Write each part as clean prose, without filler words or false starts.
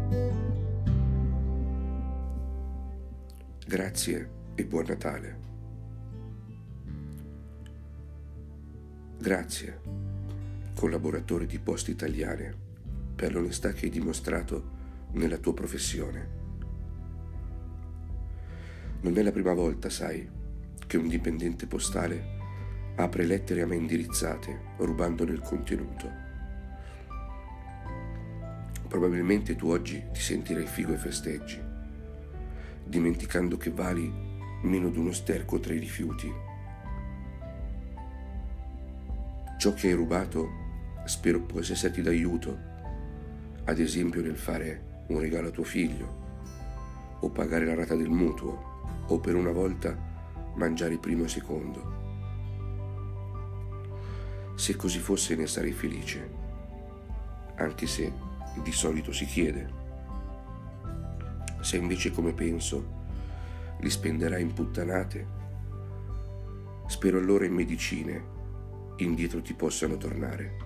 Grazie e buon Natale. Grazie, collaboratore di Poste Italiane, per l'onestà che hai dimostrato nella tua professione. Non è la prima volta, sai, che un dipendente postale apre lettere a me indirizzate, rubandone il contenuto. Probabilmente tu oggi ti sentirai figo e festeggi, dimenticando che vali meno di uno sterco tra i rifiuti. Ciò che hai rubato spero possa esserti d'aiuto, ad esempio nel fare un regalo a tuo figlio, o pagare la rata del mutuo, o per una volta mangiare primo e secondo. Se così fosse ne sarei felice, anche se di solito si chiede. Se invece, come penso, li spenderai in puttanate, spero allora in medicine indietro ti possano tornare.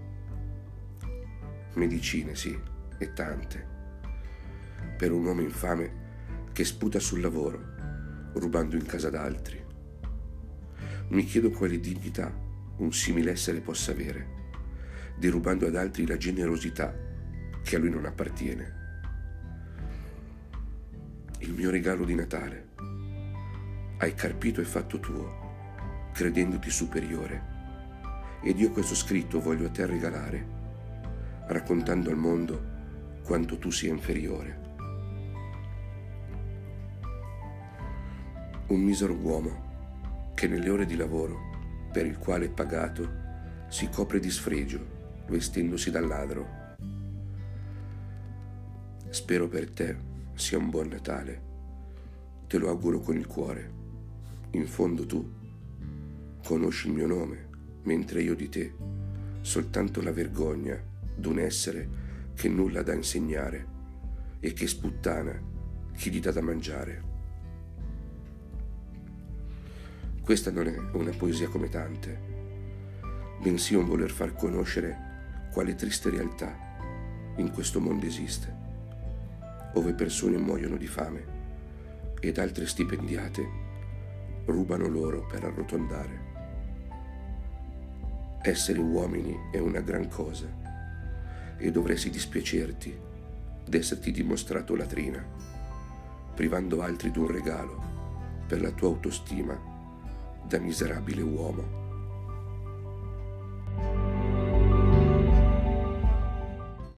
Medicine, sì, e tante, per un uomo infame che sputa sul lavoro, rubando in casa d'altri. Mi chiedo quale dignità un simile essere possa avere, derubando ad altri la generosità che a lui non appartiene. Il mio regalo di Natale hai carpito e fatto tuo, credendoti superiore, ed io questo scritto voglio a te regalare, raccontando al mondo quanto tu sia inferiore. Un misero uomo che nelle ore di lavoro per il quale è pagato si copre di sfregio, vestendosi da ladro. Spero per te sia un buon Natale, te lo auguro con il cuore. In fondo tu conosci il mio nome, mentre io di te soltanto la vergogna d'un essere che nulla ha da insegnare e che sputtana chi gli dà da mangiare. Questa non è una poesia come tante, bensì un voler far conoscere quale triste realtà in questo mondo esiste, ove persone muoiono di fame ed altre stipendiate rubano loro per arrotondare. Essere uomini è una gran cosa e dovresti dispiacerti d'esserti dimostrato latrina, privando altri d'un regalo per la tua autostima da miserabile uomo.